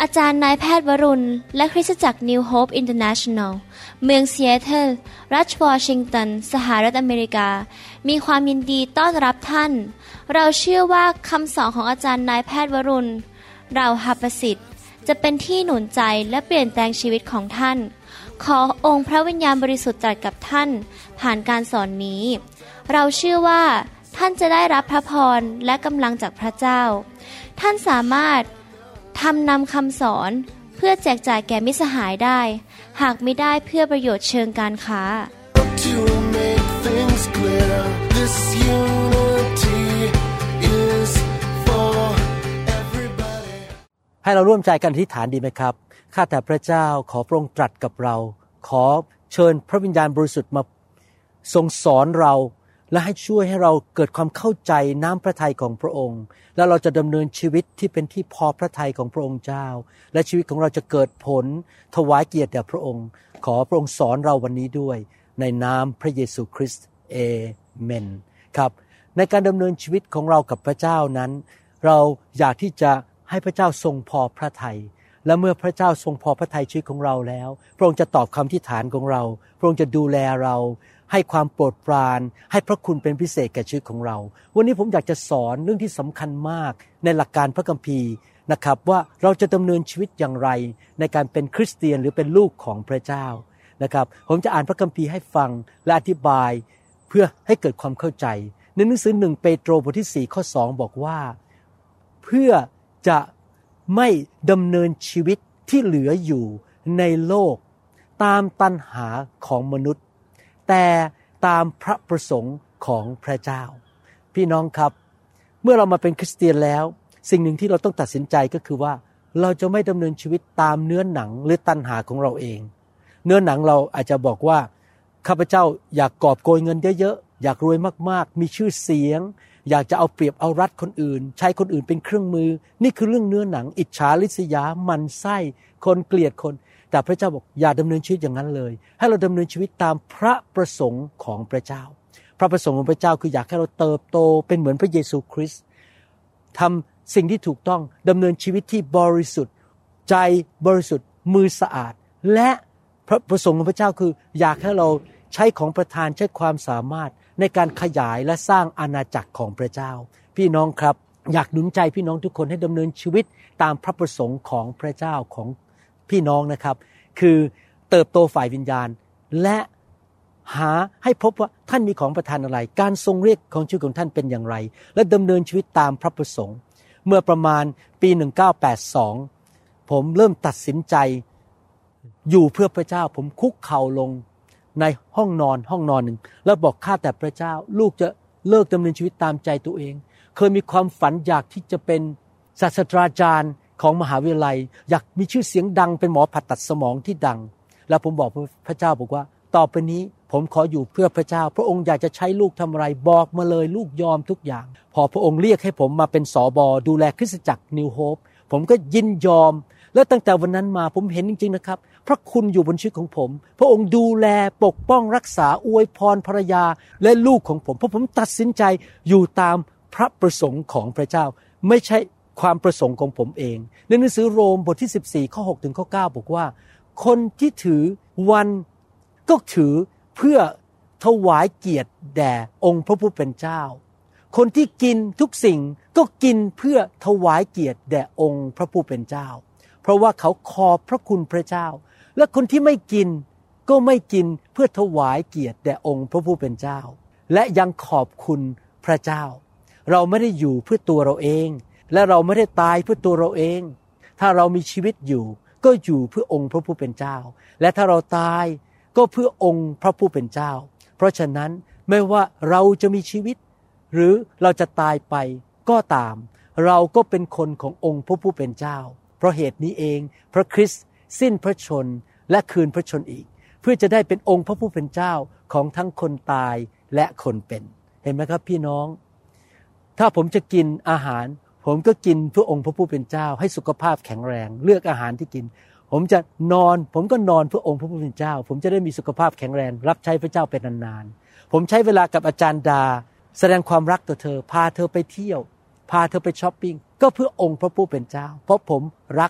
อาจารย์นายแพทย์วรุณและคริสตจักร New Hope International เมืองซีแอตเทิลรัฐวอชิงตันสหรัฐอเมริกามีความยินดีต้อนรับท่านเราเชื่อว่าคำสอนของอาจารย์นายแพทย์วรุณเราหประสิทธิ์จะเป็นที่หนุนใจและเปลี่ยนแปลงชีวิตของท่านขอองค์พระวิญญาณบริสุทธิ์ตรัสกับท่านผ่านการสอนนี้เราเชื่อว่าท่านจะได้รับพระพรและกำลังจากพระเจ้าท่านสามารถนำคำสอนเพื่อแจกจ่ายแก่มิตรสหายได้หากไม่ได้เพื่อประโยชน์เชิงการค้า To make things clear, this unity is for everybody. ให้เราร่วมใจกันอธิษฐานดีไหมครับข้าแต่พระเจ้าขอพระองค์ตรัสกับเราขอเชิญพระวิญญาณบริสุทธิ์มาทรงสอนเราและให้ช่วยให้เราเกิดความเข้าใจน้ำพระทัยของพระองค์แล้วเราจะดำเนินชีวิตที่เป็นที่พอพระทัยของพระองค์เจ้าและชีวิตของเราจะเกิดผลถวายเกียรติแด่พระองค์ขอพระองค์สอนเราวันนี้ด้วยในนามพระเยซูคริสต์เอเมนครับในการดำเนินชีวิตของเรากับพระเจ้านั้นเราอยากที่จะให้พระเจ้าทรงพอพระทัยและเมื่อพระเจ้าทรงพอพระทัยชีวิตของเราแล้วพระองค์จะตอบคำอธิษฐานของเราพระองค์จะดูแลเราให้ความโปรดปรานให้พระคุณเป็นพิเศษแก่ชีวิตของเราวันนี้ผมอยากจะสอนเรื่องที่สำคัญมากในหลักการพระคัมภีร์นะครับว่าเราจะดำเนินชีวิตอย่างไรในการเป็นคริสเตียนหรือเป็นลูกของพระเจ้านะครับผมจะอ่านพระคัมภีร์ให้ฟังและอธิบายเพื่อให้เกิดความเข้าใจในหนังสือ1เปโตรบทที่4ข้อ2บอกว่าเพื่อจะไม่ดำเนินชีวิตที่เหลืออยู่ในโลกตามตัณหาของมนุษย์แต่ตามพระประสงค์ของพระเจ้าพี่น้องครับเมื่อเรามาเป็นคริสเตียนแล้วสิ่งหนึ่งที่เราต้องตัดสินใจก็คือว่าเราจะไม่ดำเนินชีวิตตามเนื้อหนังหรือตัณหาของเราเองเนื้อหนังเราอาจจะบอกว่าข้าพเจ้าอยากกอบโกยเงินเยอะๆอยากรวยมากๆมีชื่อเสียงอยากจะเอาเปรียบเอารัดคนอื่นใช้คนอื่นเป็นเครื่องมือนี่คือเรื่องเนื้อหนังอิจฉาริษยาหมั่นไส้คนเกลียดคนแต่พระเจ้าบอกอย่าดำเนินชีวิตอย่างนั้นเลยให้เราดำเนินชีวิตตามพระประสงค์ของพระเจ้าพระประสงค์ของพระเจ้าคืออยากให้เราเติบโตเป็นเหมือนพระเยซูคริสต์ทำสิ่งที่ถูกต้องดำเนินชีวิตที่บริสุทธิ์ใจบริสุทธิ์มือสะอาดและพระประสงค์ของพระเจ้าคืออยากให้เราใช้ของประทานใช้ความสามารถในการขยายและสร้างอาณาจักรของพระเจ้าพี่น้องครับอยากหนุนใจพี่น้องทุกคนให้ดำเนินชีวิตตามพระประสงค์ของพระเจ้าของพี่น้องนะครับคือเติบโตฝ่ายวิญญาณและหาให้พบว่าท่านมีของประทานอะไรการทรงเรียกของชีวิตของท่านเป็นอย่างไรและดำเนินชีวิตตามพระประสงค์เมื่อประมาณปี1982ผมเริ่มตัดสินใจอยู่เพื่อพระเจ้าผมคุกเข่าลงในห้องนอนหนึ่งแล้วบอกข้าแต่พระเจ้าลูกจะเลิกดำเนินชีวิตตามใจตัวเองเคยมีความฝันอยากที่จะเป็นศาสตราจารย์ของมหาวิทยาลัยอยากมีชื่อเสียงดังเป็นหมอผ่าตัดสมองที่ดังแล้วผมบอกพระเจ้าบอกว่าต่อไปนี้ผมขออยู่เพื่อพระเจ้าพระองค์อยากจะใช้ลูกทำอะไรบอกมาเลยลูกยอมทุกอย่างพอพระองค์เรียกให้ผมมาเป็นสบดูแลคริสตจักร New Hope ผมก็ยินยอมและตั้งแต่วันนั้นมาผมเห็นจริงๆนะครับพระคุณอยู่บนชีวิตของผมพระองค์ดูแลปกป้องรักษาอวยพรภรรยาและลูกของผมเพราะผมตัดสินใจอยู่ตามพระประสงค์ของพระเจ้าไม่ใช่ความประสงค์ของผมเองในหนังสือโรมบทที่14ข้อ6ถึงข้อ9บอกว่าคนที่ถือวันก็ถือเพื่อถวายเกียรติแด่องค์พระผู้เป็นเจ้าคนที่กินทุกสิ่งก็กินเพื่อถวายเกียรติแด่องค์พระผู้เป็นเจ้าเพราะว่าเขาขอบพระคุณพระเจ้าและคนที่ไม่กินก็ไม่กินเพื่อถวายเกียรติแด่องค์พระผู้เป็นเจ้าและยังขอบคุณพระเจ้าเราไม่ได้อยู่เพื่อตัวเราเองและเราไม่ได้ตายเพื่อตัวเราเองถ้าเรามีชีวิตอยู่ก็อยู่เพื่อองค์พระผู้เป็นเจ้าและถ้าเราตายก็เพื่อองค์พระผู้เป็นเจ้าเพราะฉะนั้นไม่ว่าเราจะมีชีวิตหรือเราจะตายไปก็ตามเราก็เป็นคนขององค์พระผู้เป็นเจ้าเพราะเหตุนี้เองพระคริสต์สิ้นพระชนและคืนพระชนอีกเพื่อจะได้เป็นองค์พระผู้เป็นเจ้าของทั้งคนตายและคนเป็นเห็นไหมครับพี่น้องถ้าผมจะกินอาหารผมก็กินเพื่อองค์พระผู้เป็นเจ้าให้สุขภาพแข็งแรงเลือกอาหารที่กินผมจะนอนผมก็นอนเพื่อองค์พระผู้เป็นเจ้าผมจะได้มีสุขภาพแข็งแรงรับใช้พระเจ้าเป็นนานๆผมใช้เวลากับอาจารย์ดาแสดงความรักต่อเธอพาเธอไปเที่ยวพาเธอไปช้อปปิ้งก็เพื่อองค์พระผู้เป็นเจ้าเพราะผมรัก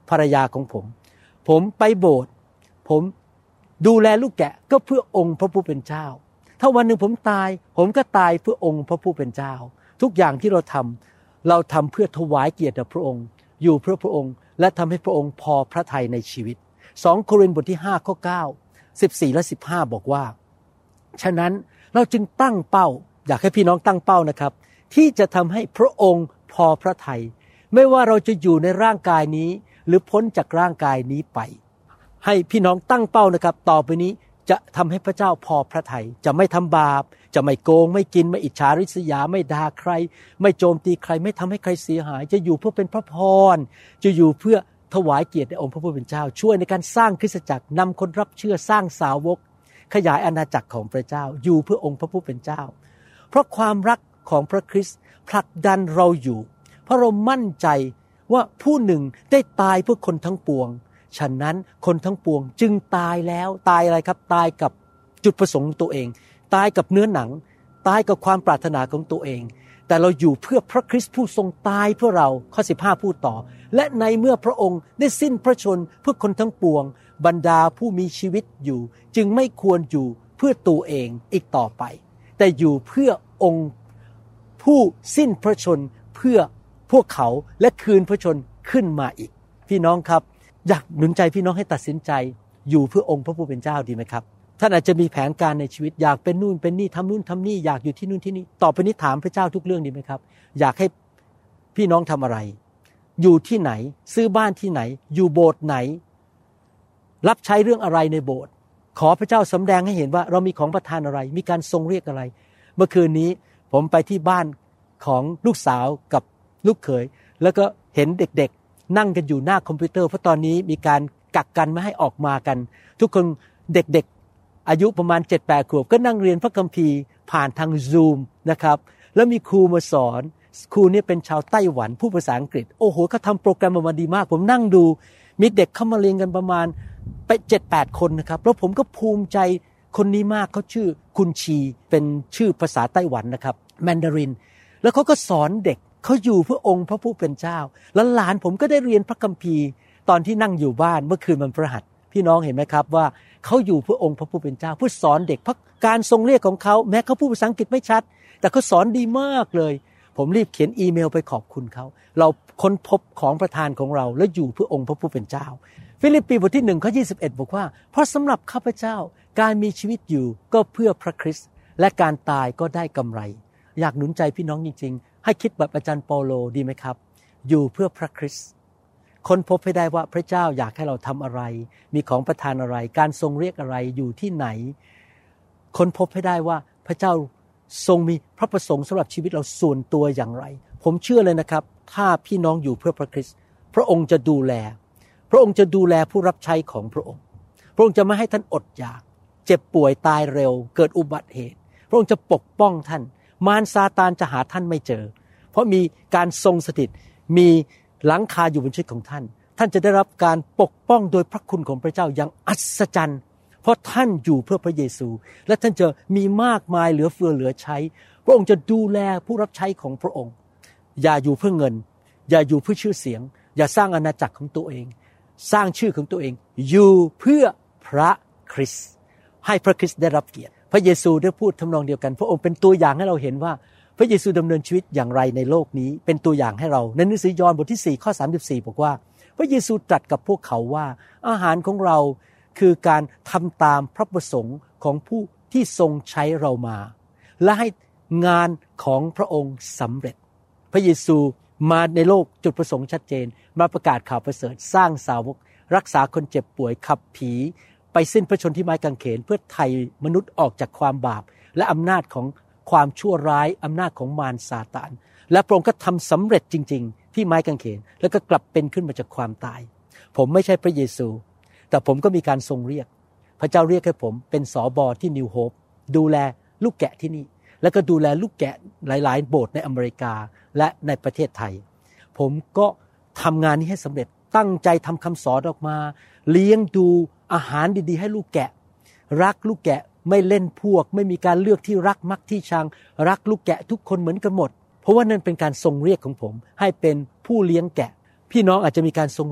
ภรรยาของผมไปโบสถ์ผมดูแลลูกแกะก็เพื่อองค์พระผู้เป็นเจ้าถ้าวันหนึ่งผมตายผมก็ตายเพื่อองค์พระผู้เป็นเจ้าทุกอย่างที่เราทำเพื่อถวายเกียรติแด่พระองค์อยู่เพื่อพระองค์และทำให้พระองค์พอพระทัยในชีวิต2โครินธ์บทที่5ข้อ9 14และ15บอกว่าฉะนั้นเราจึงตั้งเป้าอยากให้พี่น้องตั้งเป้านะครับที่จะทำให้พระองค์พอพระทัยไม่ว่าเราจะอยู่ในร่างกายนี้หรือพ้นจากร่างกายนี้ไปให้พี่น้องตั้งเป้านะครับต่อไปนี้จะทำให้พระเจ้าพอพระทัยจะไม่ทำบาปจะไม่โกงไม่กินไม่อิจฉาริษยาไม่ด่าใครไม่โจมตีใครไม่ทำให้ใครเสียหายจะอยู่เพื่อเป็นพระพรจะอยู่เพื่อถวายเกียรติแด่องค์พระผู้เป็นเจ้าช่วยในการสร้างคริสตจักรนำคนรับเชื่อสร้างสาวกขยายอาณาจักรของพระเจ้าอยู่เพื่อองค์พระผู้เป็นเจ้าเพราะความรักของพระคริสต์ผลักดันเราอยู่เพราะเรามั่นใจว่าผู้หนึ่งได้ตายเพื่อคนทั้งปวงฉะนั้นคนทั้งปวงจึงตายแล้วตายอะไรครับตายกับจุดประสงค์ของตัวเองตายกับเนื้อหนังตายกับความปรารถนาของตัวเองแต่เราอยู่เพื่อพระคริสต์ผู้ทรงตายเพื่อเราข้อ15พูดต่อและในเมื่อพระองค์ได้สิ้นพระชนเพื่อคนทั้งปวงบรรดาผู้มีชีวิตอยู่จึงไม่ควรอยู่เพื่อตัวเองอีกต่อไปแต่อยู่เพื่อองค์ผู้สิ้นพระชนเพื่อพวกเขาและคืนพระชนขึ้นมาอีกพี่น้องครับอยากหนุนใจพี่น้องให้ตัดสินใจอยู่เพื่อองค์พระผู้เป็นเจ้าดีไหมครับท่านอาจจะมีแผนการในชีวิตอยากเป็นนู่นเป็นนี่ทำนู่นทำนี่อยากอยู่ที่นู่นที่นี่ต่อไปนี้ถามพระเจ้าทุกเรื่องดีไหมครับอยากให้พี่น้องทำอะไรอยู่ที่ไหนซื้อบ้านที่ไหนอยู่โบสถ์ไหนรับใช้เรื่องอะไรในโบสถ์ขอพระเจ้าสำแดงให้เห็นว่าเรามีของประทานอะไรมีการทรงเรียกอะไรเมื่อคืนนี้ผมไปที่บ้านของลูกสาวกับลูกเขยแล้วก็เห็นเด็กๆนั่งกันอยู่หน้าคอมพิวเตอร์เพราะตอนนี้มีการกักกันไม่ให้ออกมากันทุกคนเด็กๆอายุประมาณ 7-8 ขวบก็นั่งเรียนพระคัมภีร์ผ่านทาง Zoom นะครับแล้วมีครูมาสอนครูนี่เป็นชาวไต้หวันพูดภาษาอังกฤษโอ้โหเขาทำโปรแกรมออกมาดีมากผมนั่งดูมีเด็กเข้ามาเรียนกันประมาณไป 7-8 คนนะครับแล้วผมก็ภูมิใจคนนี้มากเขาชื่อคุณชีเป็นชื่อภาษาไต้หวันนะครับแมนดารินแล้วเขาก็สอนเด็กเขาอยู่เพื่อองค์พระผู้เป็นเจ้าแล้วหลานผมก็ได้เรียนพระคัมภีร์ตอนที่นั่งอยู่บ้านเมื่อคืนวันพฤหัสพี่น้องเห็นไหมครับว่าเขาอยู่เพื่อองค์พระผู้เป็นเจ้าเพื่อสอนเด็กเพราะการทรงเรียกของเขาแม้เขาพูดภาษาอังกฤษไม่ชัดแต่เขาสอนดีมากเลยผมรีบเขียนอีเมลไปขอบคุณเขาเราค้นพบของประทานของเราและอยู่เพื่อองค์พระผู้เป็นเจ้าฟิลิปปีบทที่1ข้อ21บอกว่าเพราะสำหรับข้าพเจ้าการมีชีวิตอยู่ก็เพื่อพระคริสต์และการตายก็ได้กำไรอยากหนุนใจพี่น้องจริงๆให้คิดแบบอาจารย์เปาโลดีไหมครับอยู่เพื่อพระคริสต์ค้นพบให้ได้ว่าพระเจ้าอยากให้เราทำอะไรมีของประทานอะไรการทรงเรียกอะไรอยู่ที่ไหนค้นพบให้ได้ว่าพระเจ้าทรงมีพระประสงค์สำหรับชีวิตเราส่วนตัวอย่างไรผมเชื่อเลยนะครับถ้าพี่น้องอยู่เพื่อพระคริสต์พระองค์จะดูแลผู้รับใช้ของพระองค์พระองค์จะไม่ให้ท่านอดอยากเจ็บป่วยตายเร็วเกิดอุบัติเหตุพระองค์จะปกป้องท่านมารซาตานจะหาท่านไม่เจอเพราะมีการทรงสถิตมีหลังคาอยู่บนชีวิตของท่านท่านจะได้รับการปกป้องโดยพระคุณของพระเจ้าอย่างอัศจรรย์เพราะท่านอยู่เพื่อพระเยซูและท่านจะมีมากมายเหลือเฟือเหลือใช้พระองค์จะดูแลผู้รับใช้ของพระองค์อย่าอยู่เพื่อเงินอย่าอยู่เพื่อชื่อเสียงอย่าสร้างอาณาจักรของตัวเองสร้างชื่อของตัวเองอยู่เพื่อพระคริสต์ให้พระคริสต์ได้รับเกียรติพระเยซูได้พูดทำนองเดียวกันพระองค์เป็นตัวอย่างให้เราเห็นว่าพระเยซูดำเนินชีวิตอย่างไรในโลกนี้เป็นตัวอย่างให้เราในหนังสือยอห์นบทที่4ข้อ34บอกว่าพระเยซูตรัสกับพวกเขาว่าอาหารของเราคือการทำตามพระประสงค์ของผู้ที่ทรงใช้เรามาและให้งานของพระองค์สำเร็จพระเยซูมาในโลกจุดประสงค์ชัดเจนมาประกาศข่าวประเสริฐสร้างสาวกรักษาคนเจ็บป่วยขับผีไปสิ้นพระชนม์ที่ไม้กางเขนเพื่อไถ่มนุษย์ออกจากความบาปและอำนาจของความชั่วร้ายอำนาจของมารซาตานและพระองค์ก็ทำสำเร็จจริงๆที่ไม้กางเขนแล้วก็กลับเป็นขึ้นมาจากความตายผมไม่ใช่พระเยซูแต่ผมก็มีการทรงเรียกพระเจ้าเรียกให้ผมเป็นสบที่นิวโฮปดูแลลูกแกะที่นี่แล้วก็ดูแลลูกแกะหลายๆโบสถ์ในอเมริกาและในประเทศไทยผมก็ทำงานนี้ให้สำเร็จตั้งใจทำคำสอนออกมาเลี้ยงดูอาหารดีๆให้ลูกแกะรักลูกแกะไม่เล่นพวกไม่มีการเลือกที่รักมักที่ชังรักลูกแกะทุกคนเหมือนกันหมดเพราะว่านั่นเป็นการทรงเรียกของผมให้เป็นผู้เลี้ยงแกะพี่น้องอาจจะมีการทรงเรียก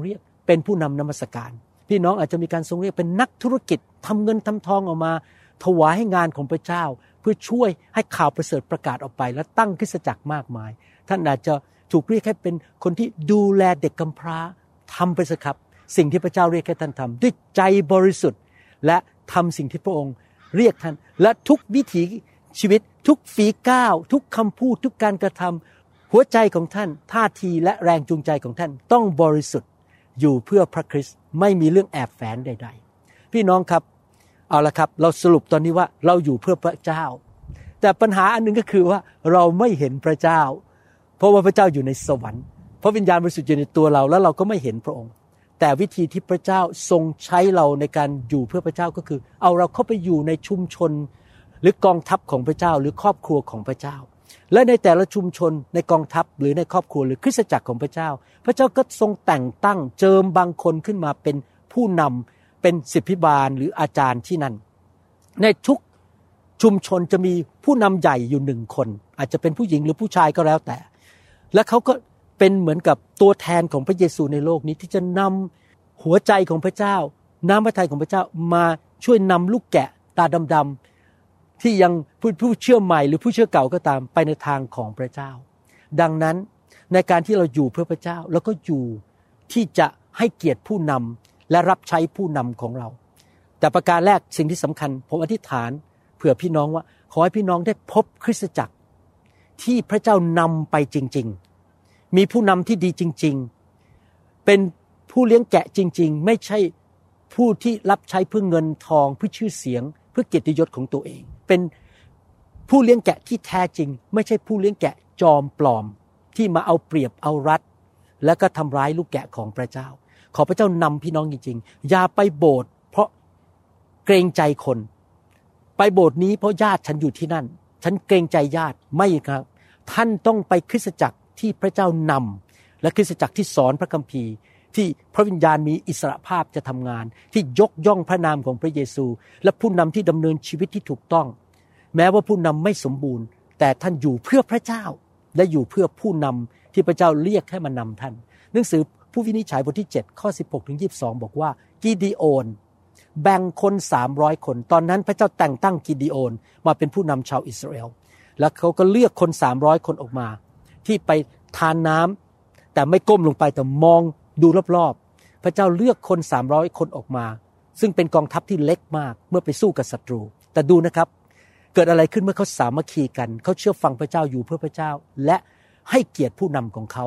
เป็นผู้นำนมัสการพี่น้องอาจจะมีการทรงเรียกเป็นนักธุรกิจทำเงินทำทองออกมาถวายให้งานของพระเจ้าเพื่อช่วยให้ข่าวประเสริฐประกาศออกไปและตั้งคริสตจักรมากมายท่านอาจจะถูกเรียกให้เป็นคนที่ดูแลเด็กกำพร้าทำไปสิครับสิ่งที่พระเจ้าเรียกให้ท่านทำด้วยใจบริสุทธิ์และทำสิ่งที่พระองค์เรียกท่านและทุกวิถีชีวิตทุกฝีก้าวทุกคำพูดทุกการกระทำหัวใจของท่านท่าทีและแรงจูงใจของท่านต้องบริสุทธิ์อยู่เพื่อพระคริสต์ไม่มีเรื่องแอบแฝงใดๆพี่น้องครับเอาละครับเราสรุปตอนนี้ว่าเราอยู่เพื่อพระเจ้าแต่ปัญหาอันนึงก็คือว่าเราไม่เห็นพระเจ้าเพราะว่าพระเจ้าอยู่ในสวรรค์พระวิญญาณบริสุทธิ์อยู่ในตัวเราแล้วเราก็ไม่เห็นพระองค์แต่วิธีที่พระเจ้าทรงใช้เราในการอยู่เพื่อพระเจ้าก็คือเอาเราเข้าไปอยู่ในชุมชนหรือกองทัพของพระเจ้าหรือครอบครัวของพระเจ้าและในแต่ละชุมชนในกองทัพหรือในครอบครัวหรือคริสตจักรของพระเจ้าพระเจ้าก็ทรงแต่งตั้งเจิมบางคนขึ้นมาเป็นผู้นำเป็นศิษย์พิบาลหรืออาจารย์ที่นั่นในทุกชุมชนจะมีผู้นำใหญ่อยู่1คนอาจจะเป็นผู้หญิงหรือผู้ชายก็แล้วแต่และเขาก็เป็นเหมือนกับตัวแทนของพระเยซูในโลกนี้ที่จะนำหัวใจของพระเจ้าน้ำพระทัยของพระเจ้ามาช่วยนำลูกแกะตาดำๆที่ยังผู้เชื่อใหม่หรือผู้เชื่อเก่าก็ตามไปในทางของพระเจ้าดังนั้นในการที่เราอยู่เพื่อพระเจ้าเราก็อยู่ที่จะให้เกียรติผู้นำและรับใช้ผู้นำของเราแต่ประการแรกสิ่งที่สำคัญผมอธิษฐานเผื่อพี่น้องว่าขอให้พี่น้องได้พบคริสตจักรที่พระเจ้านำไปจริงๆมีผู้นำที่ดีจริงๆเป็นผู้เลี้ยงแกะจริงๆไม่ใช่ผู้ที่รับใช้เพื่อเงินทองเพื่อชื่อเสียงเพื่อเกียรติยศของตัวเองเป็นผู้เลี้ยงแกะที่แท้จริงไม่ใช่ผู้เลี้ยงแกะจอมปลอมที่มาเอาเปรียบเอารัดแล้วก็ทำร้ายลูกแกะของพระเจ้าขอพระเจ้านำพี่น้องจริงๆอย่าไปโบสถ์เพราะเกรงใจคนไปโบสถ์นี้เพราะญาติฉันอยู่ที่นั่นฉันเกรงใจญาติไม่ครับท่านต้องไปคริสตจักรที่พระเจ้านำและคริสตจักรที่สอนพระคัมภีร์ที่พระวิญญาณมีอิสรภาพจะทำงานที่ยกย่องพระนามของพระเยซูและผู้นำที่ดำเนินชีวิตที่ถูกต้องแม้ว่าผู้นำไม่สมบูรณ์แต่ท่านอยู่เพื่อพระเจ้าและอยู่เพื่อผู้นำที่พระเจ้าเรียกให้มานำท่านหนังสือผู้วินิจฉัยบทที่7ข้อ16ถึง22บอกว่ากิดีโอนแบ่งคน300คนตอนนั้นพระเจ้าแต่งตั้งกิดีโอนมาเป็นผู้นำชาวอิสราเอลแล้วเขาก็เลือกคน300คนออกมาที่ไปทานน้ำแต่ไม่ก้มลงไปแต่มองดูรอบๆพระเจ้าเลือกคน300คนออกมาซึ่งเป็นกองทัพที่เล็กมากเมื่อไปสู้กับศัตรูแต่ดูนะครับเกิดอะไรขึ้นเมื่อเขาสามัคคีกันเขาเชื่อฟังพระเจ้าอยู่เพื่อพระเจ้าและให้เกียรติผู้นำของเขา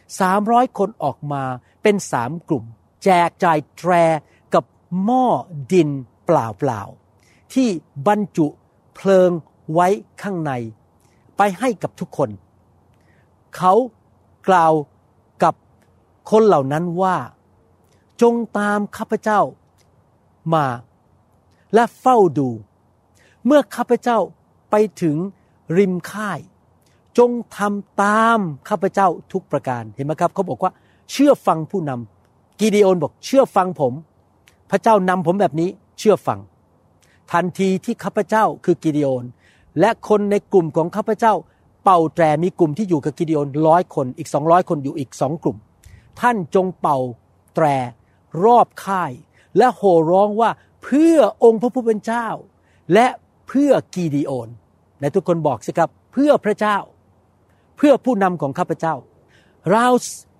300คนออกมาเป็น3กลุ่มแจกจ่ายแตรกับหม้อดินเปล่าๆที่บรรจุเพลิงไว้ข้างในไปให้กับทุกคนเขากล่าวกับคนเหล่านั้นว่าจงตามข้าพเจ้ามาและเฝ้าดูเมื่อข้าพเจ้าไปถึงริมค่ายจงทำตามข้าพเจ้าทุกประการเห็นไหมครับเขาบอกว่าเชื่อฟังผู้นำกิดีโอนบอกเชื่อฟังผมพระเจ้านำผมแบบนี้เชื่อฟังทันทีที่ข้าพเจ้าคือกิดีโอนและคนในกลุ่มของข้าพเจ้าเป่าแตรมีกลุ่มที่อยู่กับกิดีโอน100คนอีก200คนอยู่อีก2กลุ่มท่านจงเป่าแตรรอบค่ายและโห่ร้องว่าเพื่อองค์พระผู้เป็นเจ้าและเพื่อกิดีโอนและทุกคนบอกสิครับเพื่อพระเจ้าเพื่อผู้นำของข้าพเจ้าราว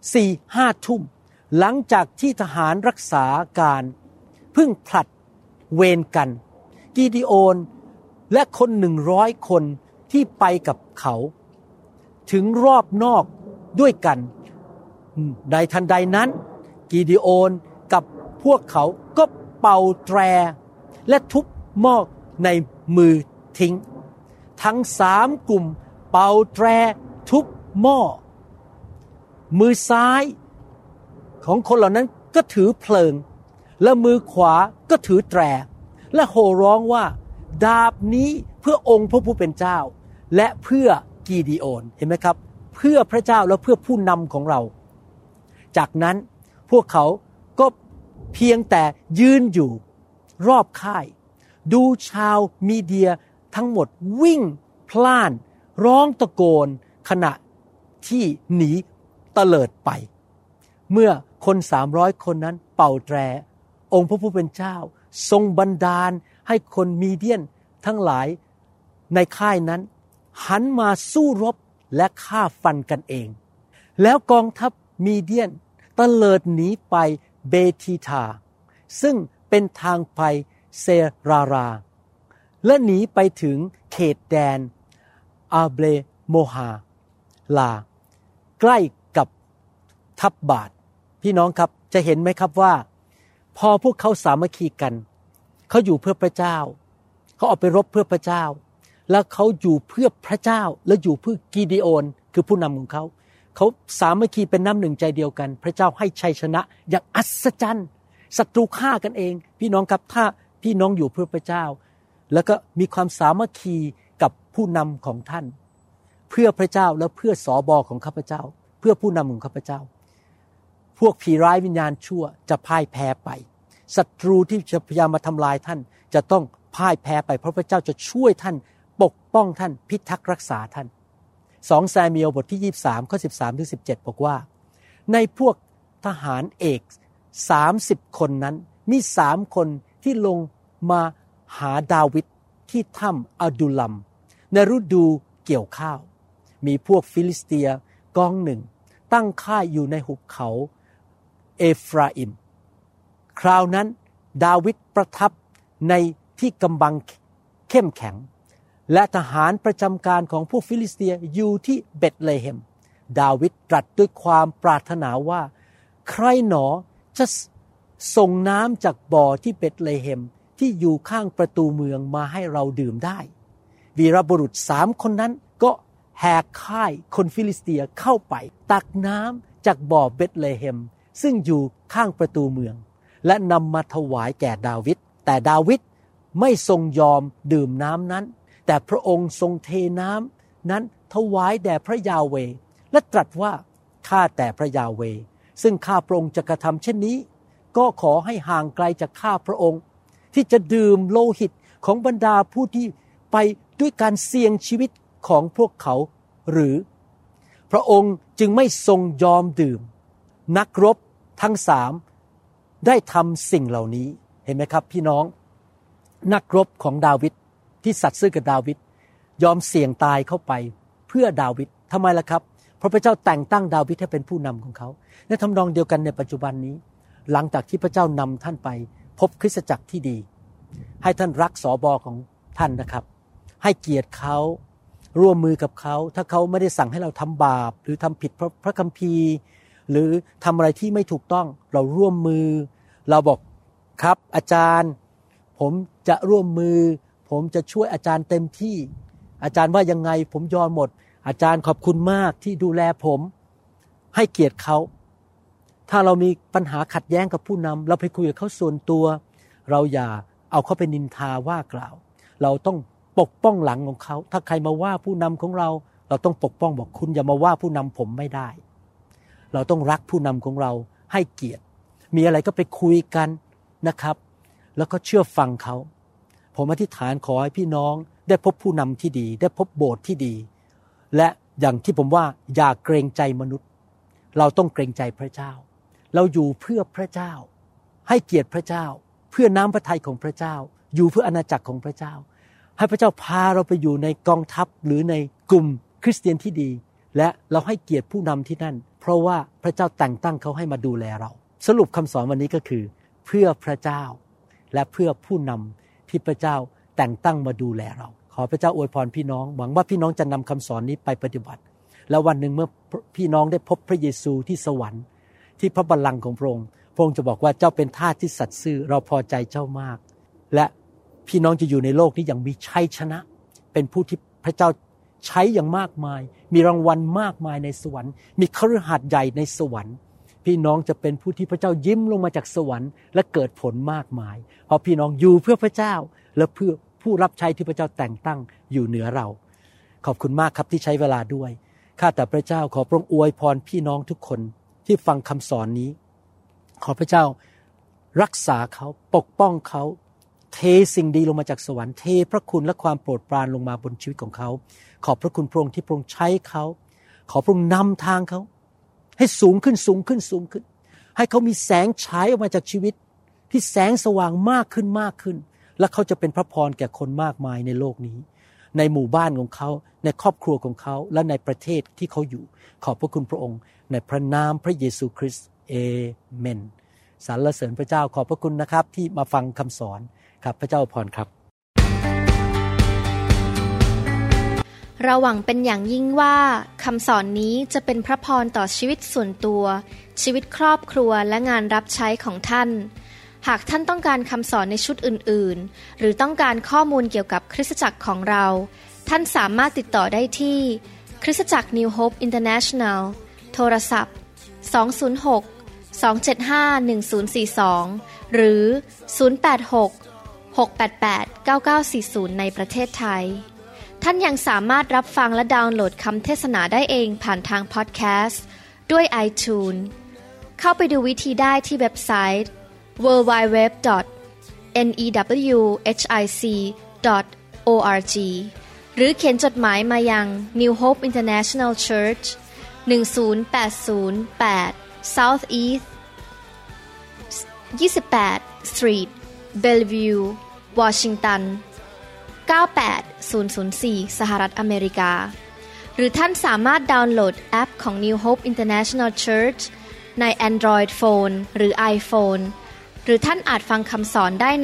4-5 ทุ่มหลังจากที่ทหารรักษาการเพิ่งผลัดเวรกันกิดีโอนและคน100คนที่ไปกับเขาถึงรอบนอกด้วยกันในทันใดนั้นกิดีโอนกับพวกเขาก็เป่าแตรและทุบหม้อในมือทิ้งทั้ง3กลุ่มเป่าแตรทุบหม้อมือซ้ายของคนเหล่านั้นก็ถือเพลิงและมือขวาก็ถือแตรและโห่ร้องว่าดาบนี้เพื่อองค์พระผู้เป็นเจ้าและเพื่อกิดีโอนเห็นไหมครับเพื่อพระเจ้าและเพื่อผู้นำของเราจากนั้นพวกเขาก็เพียงแต่ยืนอยู่รอบค่ายดูชาวมีเดียทั้งหมดวิ่งพล่านร้องตะโกนขณะที่หนีเตลิดไปเมื่อคน300คนนั้นเป่าแตรองค์พระผู้เป็นเจ้าทรงบันดาลให้คนมีเดียนทั้งหลายในค่ายนั้นหันมาสู้รบและฆ่าฟันกันเองแล้วกองทัพมีเดียนตะเลิดหนีไปเบทีทาซึ่งเป็นทางไปเซราและหนีไปถึงเขตแดนอาเบโมฮาลาใกล้กับทับบาทพี่น้องครับจะเห็นไหมครับว่าพอพวกเขาสามัคคีกันเขาอยู่เพื่อพระเจ้าเขาออกไปรบเพื่อพระเจ้าแล้วเขาอยู่เพื่อพระเจ้าและอยู่เพื่อกิดีโอนคือผู้นำของเขาสามัคคีเป็นน้ำหนึ่งใจเดียวกันพระเจ้าให้ชัยชนะอย่างอัศจรรย์ศัตรูฆ่ากันเองพี่น้องครับถ้าพี่น้องอยู่เพื่อพระเจ้าแล้วก็มีความสามัคคีกับผู้นำของท่านเพื่อพระเจ้าและเพื่อสบของข้าพเจ้าเพื่อผู้นำของข้าพเจ้าพวกผีร้ายวิญญาณชั่วจะพ่ายแพ้ไปศัตรูที่จะพยายามมาทำลายท่านจะต้องพ่ายแพ้ไปเพราะพระเจ้าจะช่วยท่านปกป้องท่านพิทักษ์รักษาท่าน2ซามูเอลบทที่23ข้อ13ถึง17บอกว่าในพวกทหารเอก30คนนั้นมี3คนที่ลงมาหาดาวิดที่ถ้ำอดุลัมในฤดูเกี่ยวข้าวมีพวกฟิลิสเตียกองหนึ่งตั้งค่ายอยู่ในหุบเขาเอฟราอิมคราวนั้นดาวิดประทับในที่กำบังเข้มแข็งและทหารประจำการของพวกฟิลิสเตียอยู่ที่เบธเลเฮมดาวิดตรัสด้วยความปรารถนาว่าใครหนอจะส่งน้ำจากบ่อที่เบธเลเฮมที่อยู่ข้างประตูเมืองมาให้เราดื่มได้วีรบุรุษ3คนนั้นก็แหกค่ายคนฟิลิสเตียเข้าไปตักน้ำจากบ่อเบธเลเฮมซึ่งอยู่ข้างประตูเมืองและนำมาถวายแก่ดาวิดแต่ดาวิดไม่ทรงยอมดื่มน้ำนั้นแต่พระองค์ทรงเทน้ำนั้นถวายแด่พระยาเวห์และตรัสว่าข้าแต่พระยาเวห์ซึ่งข้าพระองค์จะกระทำเช่นนี้ก็ขอให้ห่างไกลจากข้าพระองค์ที่จะดื่มโลหิตของบรรดาผู้ที่ไปด้วยการเสี่ยงชีวิตของพวกเขาหรือพระองค์จึงไม่ทรงยอมดื่มนักรบทั้ง3ได้ทำสิ่งเหล่านี้เห็นไหมครับพี่น้องนักรบของดาวิดที่สัตย์ซื่อกับดาวิดยอมเสี่ยงตายเข้าไปเพื่อดาวิดทำไมล่ะครับเพราะพระเจ้าแต่งตั้งดาวิดให้เป็นผู้นำของเขาและทำนองเดียวกันในปัจจุบันนี้หลังจากที่พระเจ้านำท่านไปพบคริสตจักรที่ดีให้ท่านรักสบของท่านนะครับให้เกียรติเขาร่วมมือกับเขาถ้าเขาไม่ได้สั่งให้เราทำบาปหรือทำผิดพระคัมภีร์หรือทำอะไรที่ไม่ถูกต้องเราร่วมมือเราบอกครับอาจารย์ผมจะร่วมมือผมจะช่วยอาจารย์เต็มที่อาจารย์ว่ายังไงผมยอมหมดอาจารย์ขอบคุณมากที่ดูแลผมให้เกียรติเขาถ้าเรามีปัญหาขัดแย้งกับผู้นำเราไปคุยกับเขาส่วนตัวเราอย่าเอาเขาไปนินทาว่ากล่าวเราต้องปกป้องหลังของเขาถ้าใครมาว่าผู้นำของเราเราต้องปกป้องบอกคุณอย่ามาว่าผู้นำผมไม่ได้เราต้องรักผู้นำของเราให้เกียรติมีอะไรก็ไปคุยกันนะครับแล้วก็เชื่อฟังเขาผมอธิษฐานขอให้พี่น้องได้พบผู้นำที่ดีได้พบโบสถ์ที่ดีและอย่างที่ผมว่าอย่าเกรงใจมนุษย์เราต้องเกรงใจพระเจ้าเราอยู่เพื่อพระเจ้าให้เกียรติพระเจ้าเพื่อน้ำพระทัยของพระเจ้าอยู่เพื่ออาณาจักรของพระเจ้าให้พระเจ้าพาเราไปอยู่ในกองทัพหรือในกลุ่มคริสเตียนที่ดีและเราให้เกียรติผู้นำที่นั่นเพราะว่าพระเจ้าแต่งตั้งเขาให้มาดูแลเราสรุปคำสอนวันนี้ก็คือเพื่อพระเจ้าและเพื่อผู้นำที่พระเจ้าแต่งตั้งมาดูแลเราขอพระเจ้าอวยพรพี่น้องหวังว่าพี่น้องจะนำคำสอนนี้ไปปฏิบัติแล้ววันหนึ่งเมื่อพี่น้องได้พบพระเยซูที่สวรรค์ที่พระบัลลังก์ของพระองค์พระองค์จะบอกว่าเจ้าเป็นทาสที่สัตย์ซื่อเราพอใจเจ้ามากและพี่น้องจะอยู่ในโลกนี้อย่างมีชัยชนะเป็นผู้ที่พระเจ้าใช้อย่างมากมายมีรางวัลมากมายในสวรรค์มีคฤหัสถ์ใหญ่ในสวรรค์พี่น้องจะเป็นผู้ที่พระเจ้ายิ้มลงมาจากสวรรค์และเกิดผลมากมายเพราะพี่น้องอยู่เพื่อพระเจ้าและเพื่อผู้รับใช้ที่พระเจ้าแต่งตั้งอยู่เหนือเราขอบคุณมากครับที่ใช้เวลาด้วยข้าแต่พระเจ้าขอพระองค์อวยพรพี่น้องทุกคนที่ฟังคำสอนนี้ขอพระเจ้ารักษาเขาปกป้องเขาเทสิ่งดีลงมาจากสวรรค์เทพระคุณและความโปรดปรานลงมาบนชีวิตของเขาขอบพระคุณพระองค์ที่พระองค์ใช้เขาขอพระองค์นำทางเขาให้สูงขึ้นสูงขึ้นสูงขึ้นให้เขามีแสงฉายออกมาจากชีวิตที่แสงสว่างมากขึ้นมากขึ้นและเขาจะเป็นพระพรแก่คนมากมายในโลกนี้ในหมู่บ้านของเขาในครอบครัวของเขาและในประเทศที่เขาอยู่ขอบพระคุณพระองค์ในพระนามพระเยซูคริสต์เอเมนสรรเสริญพระเจ้าขอบพระคุณนะครับที่มาฟังคำสอนครับพระเจ้าอวยพรครับเราหวังเป็นอย่างยิ่งว่าคำสอนนี้จะเป็นพระพรต่อชีวิตส่วนตัวชีวิตครอบครัวและงานรับใช้ของท่านหากท่านต้องการคำสอนในชุดอื่นๆหรือต้องการข้อมูลเกี่ยวกับคริสตจักรของเราท่านสามารถติดต่อได้ที่คริสตจักร New Hope International โทรศัพท์206-275-1042หรือ086-688-9940ในประเทศไทยท่านยังสามารถรับฟังและดาวน์โหลดคำเทศนาได้เองผ่านทางพอดแคสต์ด้วย iTunes เข้าไปดูวิธีได้ที่เว็บไซต์ www.newhic.org หรือเขียนจดหมายมายัง New Hope International Church 10808 South East 28 Street Bellevue Washington 98004 สหรัฐอเมริกาหรือท่านสามารถดาวน์โหลดแอปของ New Hope International Church ใน Android Phone หรือ iPhone หรือท่านอาจฟังคำสอนได้ใน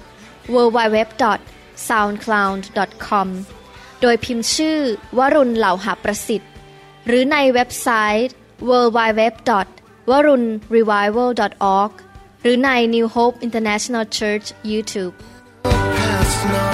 www.soundcloud.com โดยพิมพ์ชื่อวรุณเหล่าหาประสิทธิ์หรือในเว็บไซต์ www.warunrevival.org หรือใน New Hope International Church YouTube